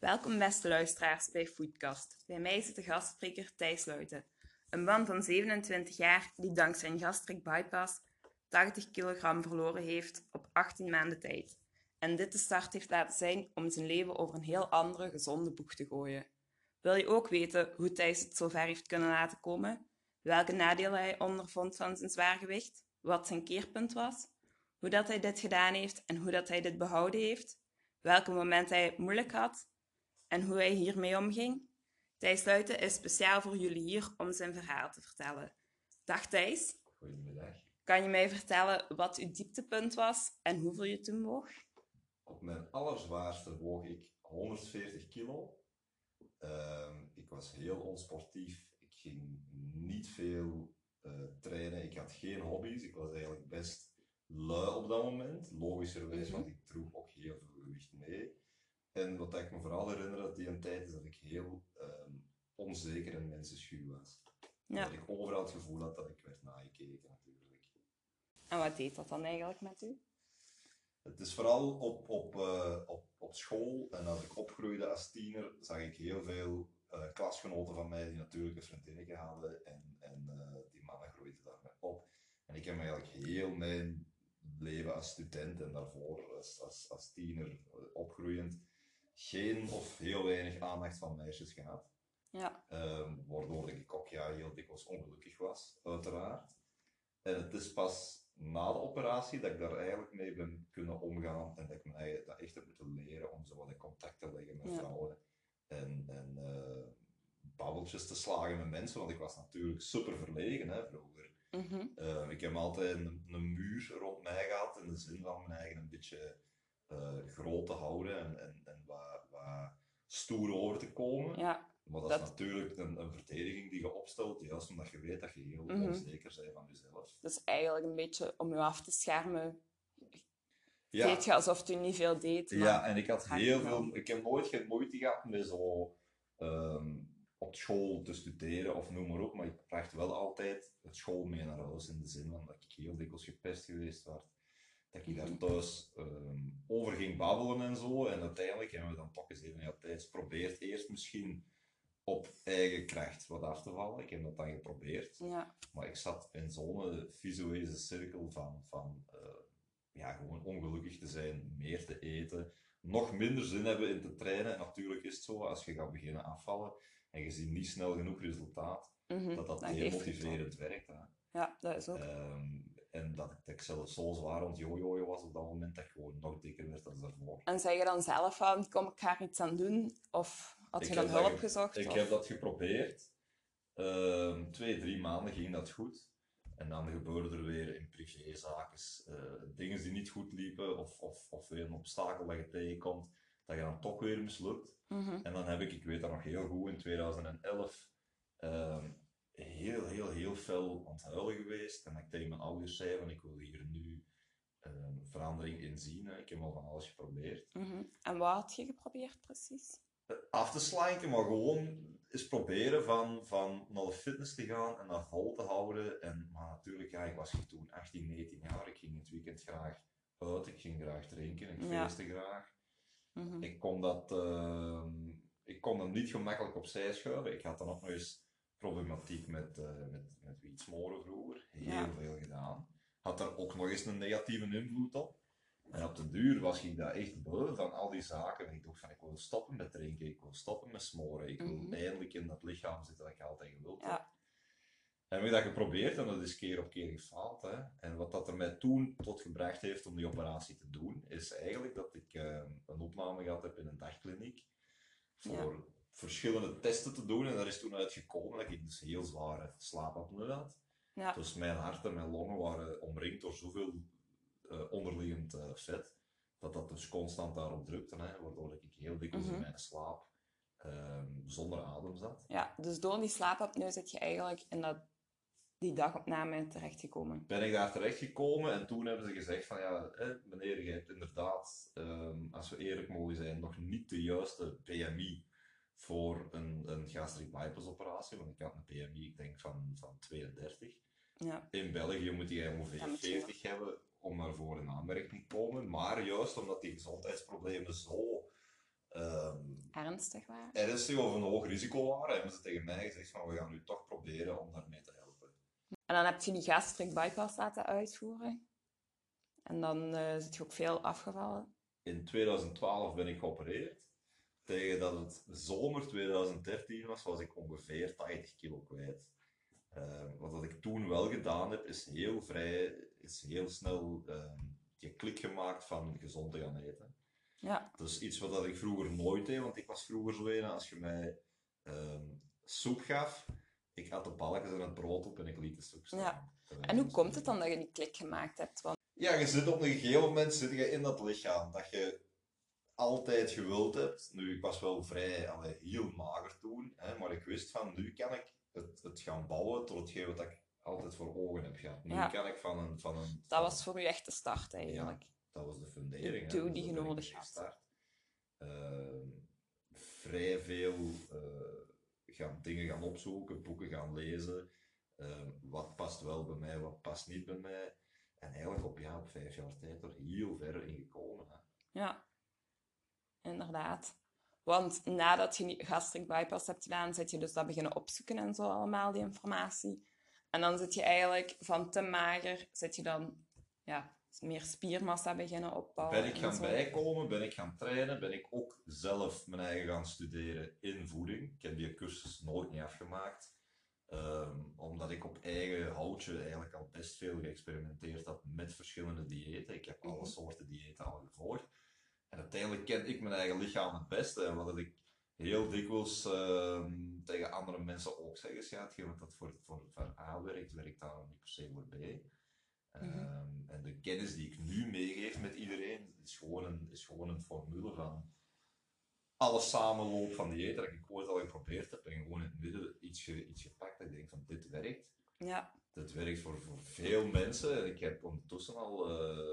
Welkom beste luisteraars bij Foodcast. Bij mij zit de gastspreker Thijs Luiten. Een man van 27 jaar die dankzij een gastric bypass 80 kilogram verloren heeft op 18 maanden tijd. En dit de start heeft laten zijn om zijn leven over een heel andere, gezonde boeg te gooien. Wil je ook weten hoe Thijs het zover heeft kunnen laten komen? Welke nadelen hij ondervond van zijn zwaargewicht? Wat zijn keerpunt was? Hoe dat hij dit gedaan heeft en hoe dat hij dit behouden heeft? Welke momenten hij het moeilijk had? En hoe hij hiermee omging? Thijs Luiten is speciaal voor jullie hier om zijn verhaal te vertellen. Dag Thijs. Goedemiddag. Kan je mij vertellen wat uw dieptepunt was en hoeveel je toen woog? Op mijn allerzwaarste woog ik 140 kilo. Ik was heel onsportief. Ik ging niet veel trainen. Ik had geen hobby's. Ik was eigenlijk best lui op dat moment. Logischerwijs, want ik droeg ook heel veel gewicht mee. En wat ik me vooral herinner uit die tijd is dat ik heel onzeker en mensenschuw was. Ja. Dat ik overal het gevoel had dat ik werd nagekeken natuurlijk. En wat deed dat dan eigenlijk met u? Het is vooral op school en als ik opgroeide als tiener, zag ik heel veel klasgenoten van mij die natuurlijk een vriendinnetje hadden en die mannen groeiden daarmee op. En ik heb eigenlijk heel mijn leven als student en daarvoor als tiener opgroeiend geen of heel weinig aandacht van meisjes gehad. Ja. Waardoor ik ook heel dikwijls ongelukkig was, uiteraard. En het is pas na de operatie dat ik daar eigenlijk mee ben kunnen omgaan en dat ik mij dat echt heb moeten leren om zo wat in contact te leggen met vrouwen en babbeltjes te slagen met mensen, want ik was natuurlijk super verlegen vroeger. Ik heb altijd een muur rond mij gehad in de zin van mijn eigen een beetje groot te houden en wat stoer over te komen. Ja. Maar dat is natuurlijk een verdediging die je opstelt, juist omdat je weet dat je heel onzeker bent van jezelf. Dus eigenlijk een beetje om u af te schermen. Ja. Deed je alsof u niet veel deed. Maar Ja, en ik had heel veel... Ik heb nooit geen moeite gehad met zo op school te studeren of noem maar op, maar ik bracht wel altijd het school mee naar huis in de zin van dat ik heel dikwijls gepest geweest werd. Dat ik daar thuis over ging babbelen en zo. En uiteindelijk hebben we dan toch gezegd, ja, Thijs, probeert eerst misschien op eigen kracht wat af te vallen. Ik heb dat dan geprobeerd. Ja. Maar ik zat in zo'n visuele cirkel van gewoon ongelukkig te zijn, meer te eten, nog minder zin hebben in te trainen. En natuurlijk is het zo, als je gaat beginnen afvallen en je ziet niet snel genoeg resultaat, dat demotiverend werkt. Hè. Ja, dat is ook. En dat ik zelfs zo zwaar aan het jojoen was op dat moment, dat ik gewoon nog dikker werd dan daarvoor. En zeg je dan zelf van, kom ik ga er iets aan doen? Of had je dan hulp gezocht? Ik heb dat geprobeerd. 2-3 maanden ging dat goed. En dan gebeurde er weer in privézaken dingen die niet goed liepen, of weer een obstakel dat je tegenkomt, dat je dan toch weer mislukt. En dan heb ik weet dat nog heel goed, in 2011 heel fel aan het huilen geweest. En dat ik tegen mijn ouders zei van ik wil hier nu verandering in zien. Hè. Ik heb al van alles geprobeerd. En wat had je geprobeerd precies? Af te slanken, maar gewoon eens proberen van naar de fitness te gaan en dat vol te houden. Maar natuurlijk, ja, ik was toen 18, 19 jaar. Ik ging in het weekend graag uit, ik ging graag drinken, ik feestte graag. Ik kon dat niet gemakkelijk opzij schuiven. Ik had dan ook nog eens problematiek met wietsmoren vroeger. Heel veel gedaan. Had daar ook nog eens een negatieve invloed op. En op den duur was ik daar echt beu van al die zaken. En ik dacht van, ik wil stoppen met drinken, ik wil stoppen met smoren, ik wil eindelijk in dat lichaam zitten dat ik altijd gewild heb. Ja. En we hebben dat geprobeerd en dat is keer op keer gefaald. Hè. En wat dat er mij toen tot gebracht heeft om die operatie te doen, is eigenlijk dat ik een opname gehad heb in een dagkliniek voor verschillende testen te doen. En daar is toen uitgekomen dat ik dus heel zware slaapapneu had. Ja. Dus mijn hart en mijn longen waren omringd door zoveel onderliggend vet, dat dus constant daarop drukte, waardoor ik heel dikwijls in mijn slaap zonder adem zat. Ja, dus door die slaapapneu zit je eigenlijk in die dagopname terechtgekomen. Ben ik daar terechtgekomen en toen hebben ze gezegd van ja, meneer, je hebt inderdaad, als we eerlijk mogen zijn, nog niet de juiste BMI voor een gastric bypass operatie, want ik had een BMI, ik denk van 32. Ja. In België moet je ongeveer 40 hebben om daarvoor in aanmerking te komen, maar juist omdat die gezondheidsproblemen zo ernstig waren? ernstig of een hoog risico waren, hebben ze tegen mij gezegd van we gaan nu toch proberen om daarmee te helpen. En dan heb je die gastric bypass laten uitvoeren. En dan zit je ook veel afgevallen. In 2012 ben ik geopereerd. Tegen dat het zomer 2013 was ik ongeveer 80 kilo kwijt. Wat ik toen wel gedaan heb, is heel snel die klik gemaakt van gezond te gaan eten. Ja. Dat is iets wat ik vroeger nooit deed, want ik was vroeger zo een, als je mij soep gaf, ik had de balkjes en het brood op en ik liet de soep staan. Ja. En hoe komt het dan dat je die klik gemaakt hebt? Want... Ja, je zit op een gegeven moment zit je in dat lichaam dat je altijd gewild hebt. Nu, ik was wel heel mager toen, hè, maar ik wist van, nu kan ik het gaan bouwen tot hetgeen wat ik altijd voor ogen heb gehad. Nu kan ik van een... Dat was voor u echt de start eigenlijk. Ja, dat was de fundering. De die je nodig had. Vrij veel dingen gaan opzoeken, boeken gaan lezen. Wat past wel bij mij, wat past niet bij mij. En eigenlijk op 5 jaar tijd er heel ver in gekomen. Hè. Ja, inderdaad. Want nadat je die gastric bypass hebt gedaan, zit je dus dat beginnen opzoeken en zo allemaal, die informatie. En dan zit je eigenlijk van te mager, zit je dan meer spiermassa beginnen opbouwen. Ben ik gaan bijkomen, ben ik gaan trainen, ben ik ook zelf mijn eigen gaan studeren in voeding. Ik heb die cursus nooit niet afgemaakt. Omdat ik op eigen houtje eigenlijk al best veel geëxperimenteerd had met verschillende diëten. Ik heb alle soorten diëten al gevolgd. En uiteindelijk ken ik mijn eigen lichaam het beste. En wat ik heel dikwijls tegen andere mensen ook zeg is, ja, hetgeen wat dat voor A werkt, werkt dan niet per se voor B. En de kennis die ik nu meegeef met iedereen is gewoon een formule van alle samenloop van diëten dat ik ooit al geprobeerd heb en gewoon in het midden iets gepakt dat ik denk van dit werkt. Ja. Dit werkt voor veel mensen en ik heb ondertussen al,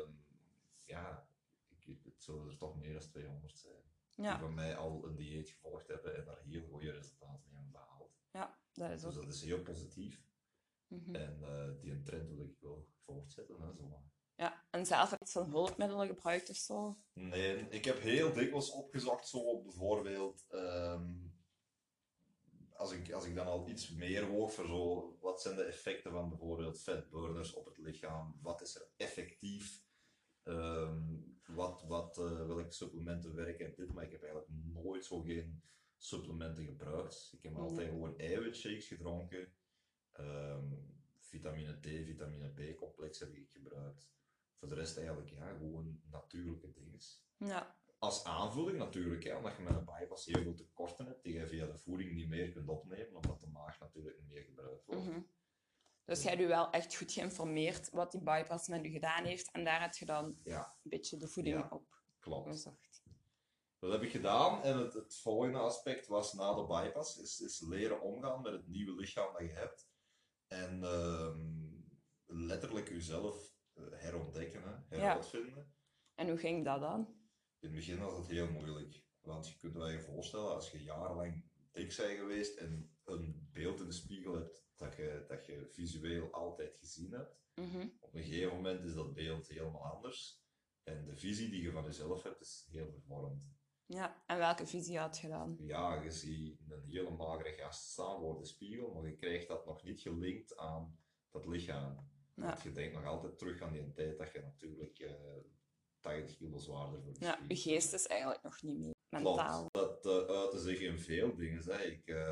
het zullen er toch meer dan 200 zijn. Die van mij al een dieet gevolgd hebben en daar heel goede resultaten mee hebben behaald. Ja, dat is ook. Dus dat is heel positief. En die trend wil ik wel voortzetten. Hè, zo. Ja, en zelf heb je zo'n hulpmiddelen gebruikt of zo? Nee, ik heb heel dikwijls opgezocht, zo bijvoorbeeld, als ik dan al iets meer woog voor zo, wat zijn de effecten van bijvoorbeeld fatburners op het lichaam, wat is er effectief, welke supplementen werken en dit, maar ik heb eigenlijk nooit zo geen supplementen gebruikt. Ik heb altijd gewoon eiwitshakes gedronken, vitamine D, vitamine B complex heb ik gebruikt. Voor de rest eigenlijk gewoon natuurlijke dingen. Ja. Als aanvulling natuurlijk, hè, omdat je met een bypass heel veel tekorten hebt die je via de voeding niet meer kunt opnemen, omdat de maag natuurlijk niet meer gebruikt wordt. Dus jij hebt je wel echt goed geïnformeerd wat die bypass met je gedaan heeft en daar heb je dan een beetje de voeding op gezocht. Dat heb ik gedaan en het volgende aspect was na de bypass is leren omgaan met het nieuwe lichaam dat je hebt en letterlijk jezelf herontdekken, heruitvinden. En hoe ging dat dan? In het begin was het heel moeilijk, want je kunt je voorstellen als je jarenlang dik bent geweest en een beeld in de spiegel hebt dat je visueel altijd gezien hebt. Op een gegeven moment is dat beeld helemaal anders en de visie die je van jezelf hebt is heel vervormd. Ja, en welke visie had je dan? Ja, je ziet een hele magere gast staan voor de spiegel, maar je krijgt dat nog niet gelinkt aan dat lichaam. Want je denkt nog altijd terug aan die tijd dat je natuurlijk 80 kilo zwaarder voor de spiegel. Je geest is eigenlijk nog niet meer mentaal. Klopt, dat uitte zich in veel dingen. Hè.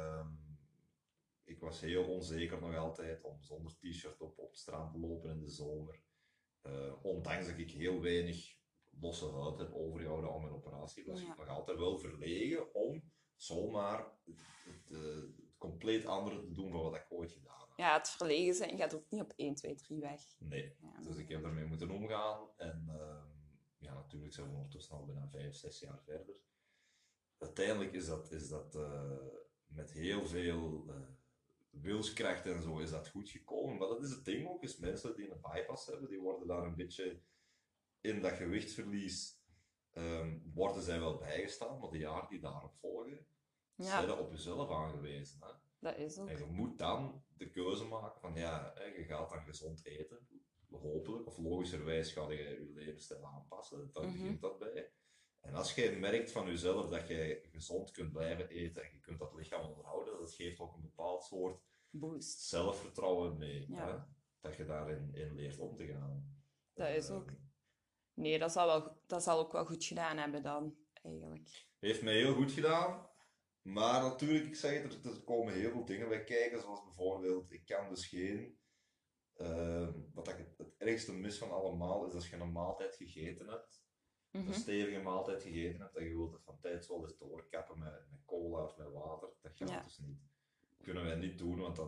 Ik was heel onzeker nog altijd om zonder t-shirt op het strand te lopen in de zomer. Ondanks dat ik heel weinig losse huid heb overgehouden aan mijn operatie, was ik nog altijd wel verlegen om zomaar het compleet andere te doen van wat ik ooit gedaan heb. Ja, het verlegen zijn gaat ook niet op 1, 2, 3 weg. Nee, dus ik heb ermee moeten omgaan en natuurlijk zijn we ondertussen al bijna 5, 6 jaar verder. Uiteindelijk is dat met heel veel wilskracht en zo is dat goed gekomen. Maar dat is het ding ook, is mensen die een bypass hebben, die worden daar een beetje in dat gewichtsverlies, worden zij wel bijgestaan, maar de jaren die daarop volgen, zijn dat op jezelf aangewezen. Hè? Dat is ook. En je moet dan de keuze maken van je gaat dan gezond eten, hopelijk, of logischerwijs ga je je levensstijl aanpassen, daar begint dat bij. En als jij merkt van jezelf dat jij gezond kunt blijven eten en je kunt dat lichaam onderhouden, dat geeft ook een bepaald soort Boost. zelfvertrouwen mee. Ja. Hè? Dat je daarin leert om te gaan. Dat is ook... Nee, dat zal ook wel goed gedaan hebben dan, eigenlijk. Heeft mij heel goed gedaan. Maar natuurlijk, ik zeg het, er komen heel veel dingen bij kijken, zoals bijvoorbeeld, ik kan dus geen... wat ik het ergste mis van allemaal is als je een maaltijd gegeten hebt, een stevige maaltijd gegeten hebt, en je wilt het van tijd wel eens doorkappen met cola of met water. Dat gaat dus niet. Dat kunnen wij niet doen, want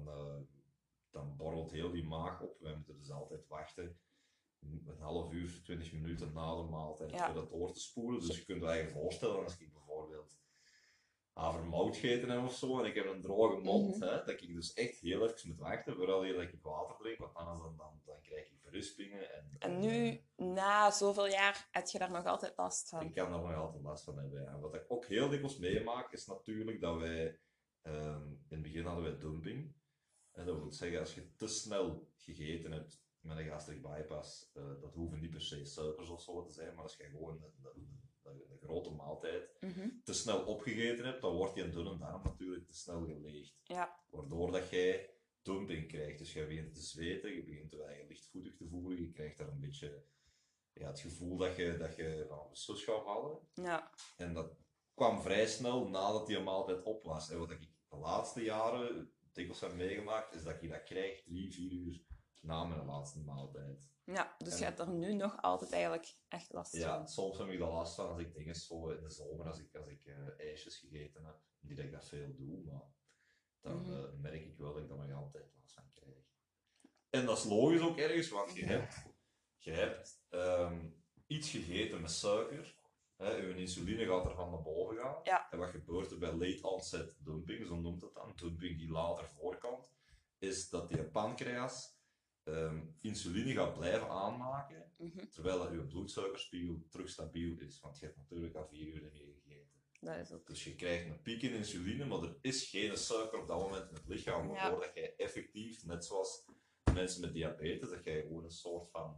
dan borrelt heel die maag op. Wij moeten dus altijd wachten. Een half uur, 20 minuten na de maaltijd voor dat door te spoelen. Dus je kunt je eigenlijk voorstellen, als ik bijvoorbeeld havermout gegeten heb of zo, en ik heb een droge mond, hè, dat ik dus echt heel even moet wachten vooral ik water drink, want anders dan krijg ik berispingen. En nu, na zoveel jaar, heb je daar nog altijd last van? Ik kan daar nog altijd last van hebben. Ja. En wat ik ook heel dikwijls meemaak, is natuurlijk dat wij, in het begin hadden wij dumping. En dat wil zeggen, als je te snel gegeten hebt met een gastric bypass, dat hoeven niet per se suikers of zo te zijn, maar als je gewoon een grote maaltijd te snel opgegeten hebt, dan wordt je dunne darm natuurlijk te snel geleegd. Ja. Waardoor dat jij dumping krijgt. Dus je begint te zweten, je begint je lichtvoetig te voelen, je krijgt daar een beetje het gevoel dat je van de zus gaat vallen. Ja. En dat kwam vrij snel nadat die maaltijd op was. En wat ik de laatste jaren dikwijls heb meegemaakt, is dat ik dat krijg 3-4 uur na mijn laatste maaltijd. Ja, dus je hebt er nu nog altijd eigenlijk echt last van. Ja, soms heb ik dat last van als ik dingen zo in de zomer, als ik ijsjes gegeten heb. Niet dat ik dat veel doe, maar dan merk ik wel dat ik daar nog altijd last van krijg. En dat is logisch ook ergens, want je hebt iets gegeten met suiker. Je insuline gaat er van naar boven gaan. Ja. En wat gebeurt er bij late onset dumping, zo noemt het dan, dumping die later voorkomt, is dat je pancreas insuline gaat blijven aanmaken, terwijl dat je bloedsuikerspiegel terug stabiel is. Want je hebt natuurlijk al 4 uur niet meer gegeten. Dat is ook... Dus je krijgt een piek in insuline, maar er is geen suiker op dat moment in het lichaam, waardoor dat jij effectief, net zoals mensen met diabetes, dat jij gewoon een soort van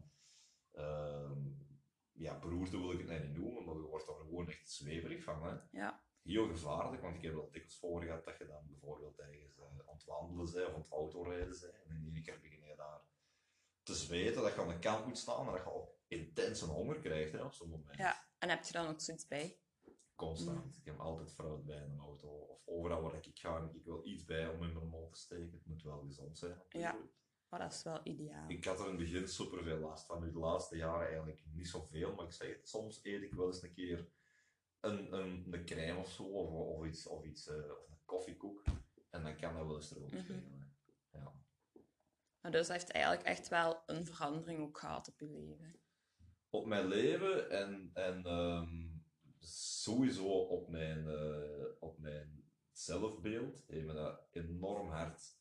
beroerte wil ik het niet noemen, maar je wordt er gewoon echt zweverig van. Hè? Ja. Heel gevaarlijk, want ik heb wel dikwijls voor gehad dat je dan bijvoorbeeld ergens ontwandelen bent of aan het autorijden bent, en in één keer begin je daar te zweten, dat je aan de kant moet staan en dat je ook intense honger krijgt op zo'n moment. Ja, en heb je dan ook zoiets bij? Constant. Ik heb altijd fruit bij in een auto, of overal waar ik ga, heb ik wel iets bij om in mijn mond te steken. Het moet wel gezond zijn. Ja, maar dat is wel ideaal. Ik had er in het begin superveel last van. Nu de laatste jaren eigenlijk niet zoveel, maar ik zeg het, soms eet ik wel eens een keer een crème of zo, of een koffiekoek. En dan kan dat wel eens erover spelen. Ja. Maar dus heeft eigenlijk echt wel een verandering ook gehad op je leven. Op mijn leven en sowieso op mijn zelfbeeld heeft me dat enorm hard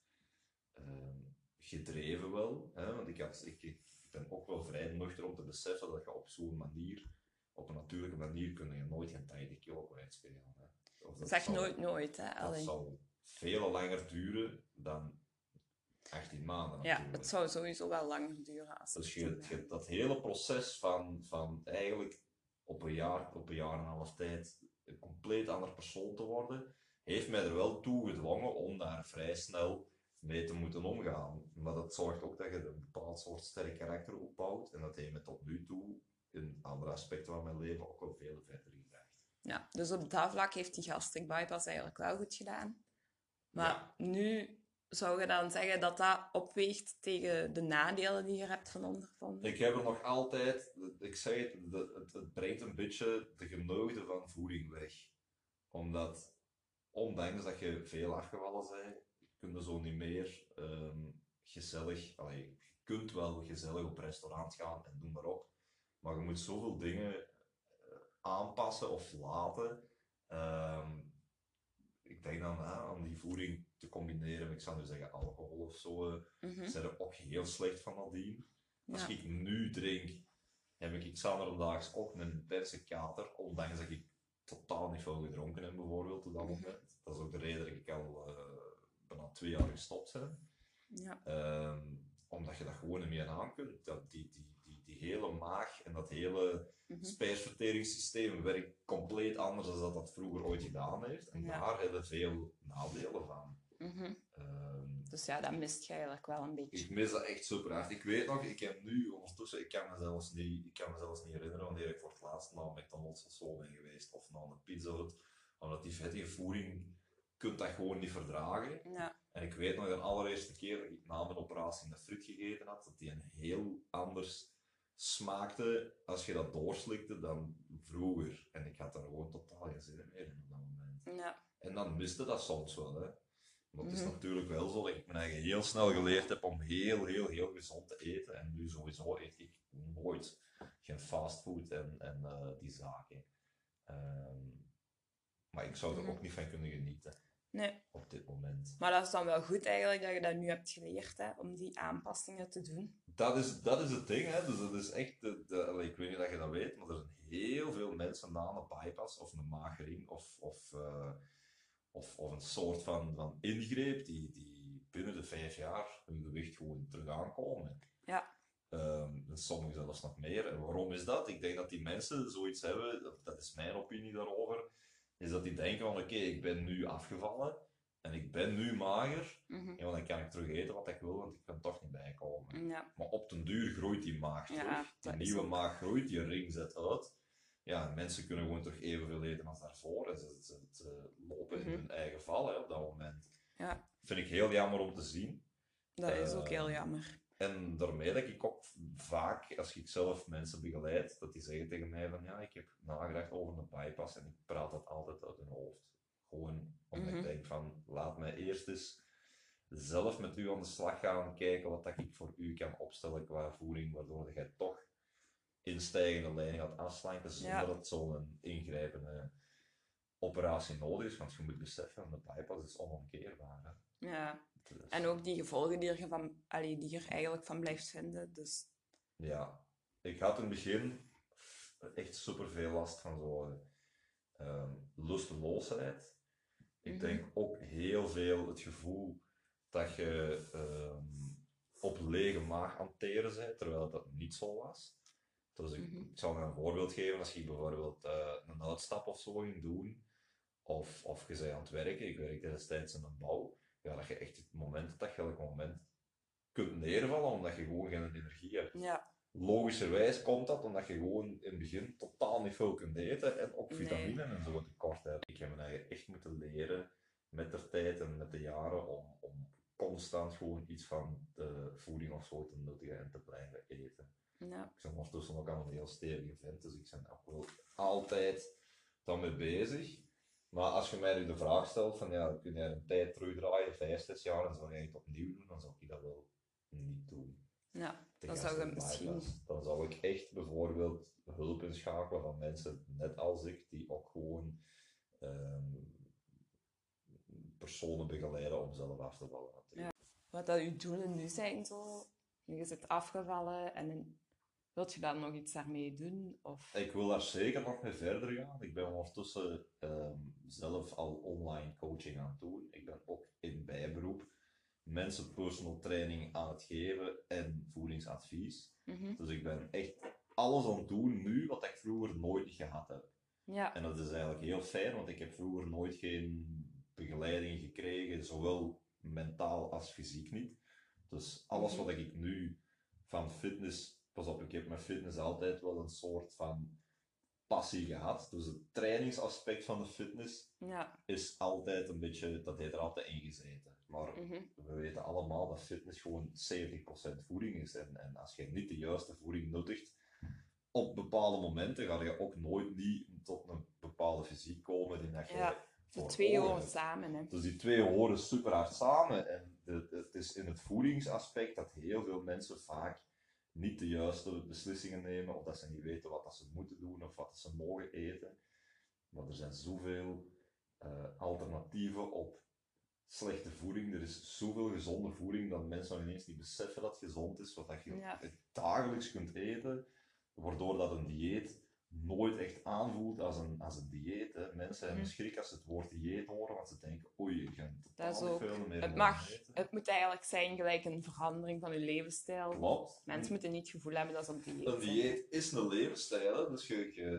gedreven wel. Hè? Want ik ben ook wel vrij nuchter om te beseffen dat je op zo'n manier, op een natuurlijke manier, kun je nooit geen 80 kilo kwijtspelen. Zeg nooit, hè? Dat zal veel langer duren dan 18 maanden. Ja, het zou sowieso wel langer duren. Dus dat hele proces van eigenlijk op een jaar en een half tijd een compleet ander persoon te worden, heeft mij er wel toe gedwongen om daar vrij snel mee te moeten omgaan. Maar dat zorgt ook dat je een bepaald soort sterk karakter opbouwt en dat heeft me tot nu toe in andere aspecten van mijn leven ook wel veel verder gebracht. Ja, dus op dat vlak heeft die gastric bypass eigenlijk wel goed gedaan. Maar nu zou je dan zeggen dat dat opweegt tegen de nadelen die je hebt van ondervonden? Ik heb er nog altijd, ik zeg het brengt een beetje de geneugde van voeding weg. Omdat, ondanks dat je veel afgevallen bent, kun je zo niet meer gezellig, je kunt wel gezellig op restaurant gaan en noem maar op, maar je moet zoveel dingen aanpassen of laten. Ik denk dan aan die voeding te combineren met, ik zou nu zeggen, alcohol of zo, zijn er ook heel slecht van nadien. Als ik nu drink, heb ik zanderendaags ook een perse kater, ondanks dat ik totaal niet veel gedronken heb bijvoorbeeld op dat moment. Dat is ook de reden dat ik al bijna 2 jaar gestopt ben. Ja. Omdat je dat gewoon niet meer aan kunt. Die die hele maag en dat hele Mhm. spijsverteringssysteem werkt compleet anders dan dat vroeger ooit gedaan heeft. En Ja. daar hebben we veel nadelen van. Mhm. Ehm, Dus ja, dat mist je eigenlijk wel een ik beetje. mis dat echt super hard. Ik weet nog, ik heb nu ondertussen, ik kan me zelfs niet herinneren wanneer ik voor het laatst naar McDonald's of zo ben geweest, of naar een Pizza Hut, omdat die vettige voeding kunt dat gewoon niet verdragen. Ja. En ik weet nog de allereerste keer dat ik na mijn operatie een friet gegeten had, dat die een heel anders smaakte als je dat doorslikte dan vroeger. En ik had er gewoon totaal geen zin in meer in op dat moment. Ja. En dan miste dat soms wel, hè. Maar het is Mhm. natuurlijk wel zo dat ik mijn eigen heel snel geleerd heb om heel gezond te eten. En nu sowieso eet ik nooit geen fastfood en die zaken. Maar ik zou er Mhm. ook niet van kunnen genieten Nee. op dit moment. Maar dat is dan wel goed eigenlijk dat je dat nu hebt geleerd, hè, om die aanpassingen te doen. Dat is het ding, hè. Dus dat is echt, allee, ik weet niet of je dat weet, maar er zijn heel veel mensen na een bypass of een magering of een soort van ingreep die binnen de 5 jaar hun gewicht gewoon terug aankomen. Ja. En sommigen zelfs nog meer. En waarom is dat? Ik denk dat die mensen zoiets hebben, dat is mijn opinie daarover, is dat die denken van oké, ik ben nu afgevallen en ik ben nu mager, Mhm. ja, dan kan ik terug eten wat ik wil, want ik kan toch niet bijkomen. Ja. Maar op den duur groeit die maag terug, Ja, die dat is nieuwe ook. maag groeit, die ring zet uit. Ja, mensen kunnen gewoon terug evenveel eten als daarvoor en ze lopen in Mhm. hun eigen val, hè, op dat moment. Ja. Vind ik heel jammer om te zien. Dat is ook heel jammer. En daarmee dat ik ook vaak, als ik zelf mensen begeleid, dat die zeggen tegen mij van ja, ik heb nagedacht over een bypass en ik praat dat altijd uit hun hoofd. Gewoon omdat ik denk van, laat mij eerst eens zelf met u aan de slag gaan, kijken wat dat ik voor u kan opstellen qua voeding, waardoor jij toch in stijgende lijn gaat afslanken zonder dat zo'n ingrijpende operatie nodig is. Want je moet beseffen, een bypass is onomkeerbaar. Hè. Ja. Dus, En ook die gevolgen die die er eigenlijk van blijft vinden. Dus ja, ik had in het begin echt super veel last van zo lusteloosheid. Ik denk ook heel veel het gevoel dat je op lege maag aan het teren bent, terwijl dat niet zo was. Dus ik zal een voorbeeld geven, als je bijvoorbeeld een uitstap of zo ging doen, of je bent aan het werken, ik werkte destijds in een bouw, ja, dat je echt het moment dat je elk moment kunt neervallen, omdat je gewoon geen energie hebt. ja. Logischerwijs komt dat omdat je gewoon in het begin totaal niet veel kunt eten en ook vitamine en zo tekort hebt. Ik heb me eigenlijk echt moeten leren met de tijd en met de jaren om constant gewoon iets van de voeding of zo te nuttigen en te blijven eten. Ja. Ik ben ondertussen ook al een heel stevige vent, dus ik ben ook wel altijd daarmee bezig. Maar als je mij nu de vraag stelt van ja, kun jij een tijd terugdraaien, 5, 6 jaar, en zou jij het opnieuw doen, dan zou ik dat wel niet doen. Ja, De dan zou je gastric misschien... bypass. Dan zou ik echt bijvoorbeeld hulp inschakelen van mensen, net als ik, die ook gewoon personen begeleiden om zelf af te vallen. Ja. Wat dat je doelen nu zijn zo, je zit afgevallen en wilt je dan nog iets daarmee doen? Of... Ik wil daar zeker nog mee verder gaan. Ik ben ondertussen zelf al online coaching aan het doen. Ik ben ook in bijberoep mensen personal training aan het geven en voedingsadvies. Dus ik ben echt alles aan het doen nu wat ik vroeger nooit gehad heb. Ja. En dat is eigenlijk heel fijn, want ik heb vroeger nooit geen begeleiding gekregen, zowel mentaal als fysiek niet. Dus alles wat ik nu van fitness, pas op, ik heb met fitness altijd wel een soort van passie gehad. Dus het trainingsaspect van de fitness is altijd een beetje, dat heeft er altijd in gezeten. Maar we weten allemaal dat fitness gewoon 70% voeding is. En als je niet de juiste voeding nuttigt, op bepaalde momenten ga je ook nooit niet tot een bepaalde fysiek komen die dat je de twee horen samen. Hè. Dus die twee horen super hard samen. En het is in het voedingsaspect dat heel veel mensen vaak niet de juiste beslissingen nemen, of dat ze niet weten wat dat ze moeten doen of wat ze mogen eten. Maar er zijn zoveel alternatieven op slechte voeding. Er is zoveel gezonde voeding dat mensen nog ineens niet beseffen dat het gezond is, wat dat je dagelijks kunt eten, waardoor dat een dieet nooit echt aanvoelt als een dieet. Hè. Mensen hebben schrik als ze het woord dieet horen, want ze denken, oei, ik ga Dat is totaal niet ook... veel meer Het mogen eten. het moet eigenlijk zijn gelijk een verandering van je levensstijl. Klopt. Mensen moeten niet het gevoel hebben dat ze op dieet Een zijn. dieet is een levensstijl, hè. Dus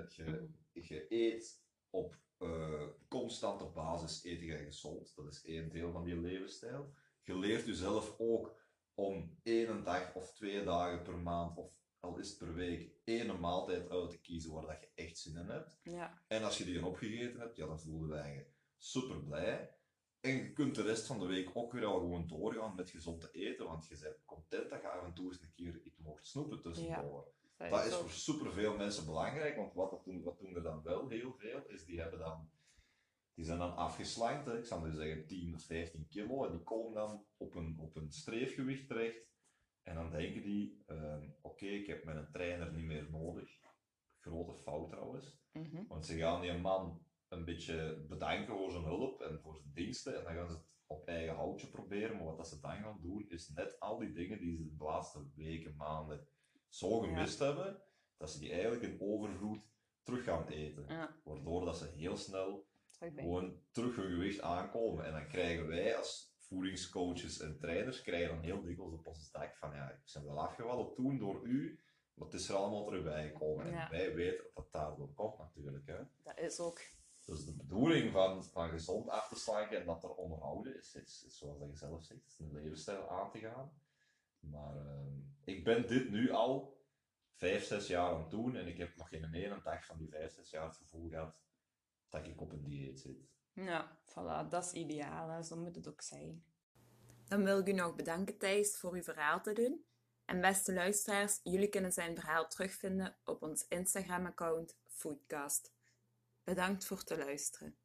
je eet op constante basis eet je gezond. Dat is één deel van die levensstijl. Je leert jezelf ook om 1 dag of 2 dagen per maand, of al is het per week, 1 maaltijd uit te kiezen waar dat je echt zin in hebt. Ja. En als je die opgegeten hebt, ja, dan voel je je super blij. En je kunt de rest van de week ook weer al gewoon doorgaan met gezond te eten, want je bent content dat je af en toe eens een keer iets mocht snoepen tussendoor. Ja, Dat is voor superveel mensen belangrijk, want wat doen er dan wel heel veel, is die zijn dan afgeslankt, hè. Ik zou nu zeggen 10 of 15 kilo, en die komen dan op een streefgewicht terecht. En dan denken die, oké, ik heb mijn trainer niet meer nodig. Grote fout trouwens. Want ze gaan die man een beetje bedanken voor zijn hulp en voor zijn diensten, en dan gaan ze het op eigen houtje proberen. Maar wat dat ze dan gaan doen, is net al die dingen die ze de laatste weken, maanden zo gemist hebben, dat ze die eigenlijk in overvloed terug gaan eten. Ja. Waardoor dat ze heel snel gewoon terug hun gewicht aankomen. En dan krijgen wij als voedingscoaches en trainers krijgen dan heel dikwijls op ons dak van, ja, ik ben wel afgevallen toen door u, maar het is er allemaal terugbij gekomen. Ja. En wij weten dat dat daardoor komt natuurlijk. Hè. Dat is ook... Dus de bedoeling van gezond af te slanken en dat er onderhouden is zoals je zelf zegt, is een levensstijl aan te gaan. Maar ik ben dit nu al 5, 6 jaar aan het doen en ik heb nog geen ene dag van die 5, 6 jaar het gevoel gehad dat ik op een dieet zit. Ja, voilà, dat is ideaal, hè. Zo moet het ook zijn. Dan wil ik u nog bedanken, Thijs, voor uw verhaal te doen. En beste luisteraars, jullie kunnen zijn verhaal terugvinden op ons Instagram-account Foodcast. Bedankt voor te luisteren.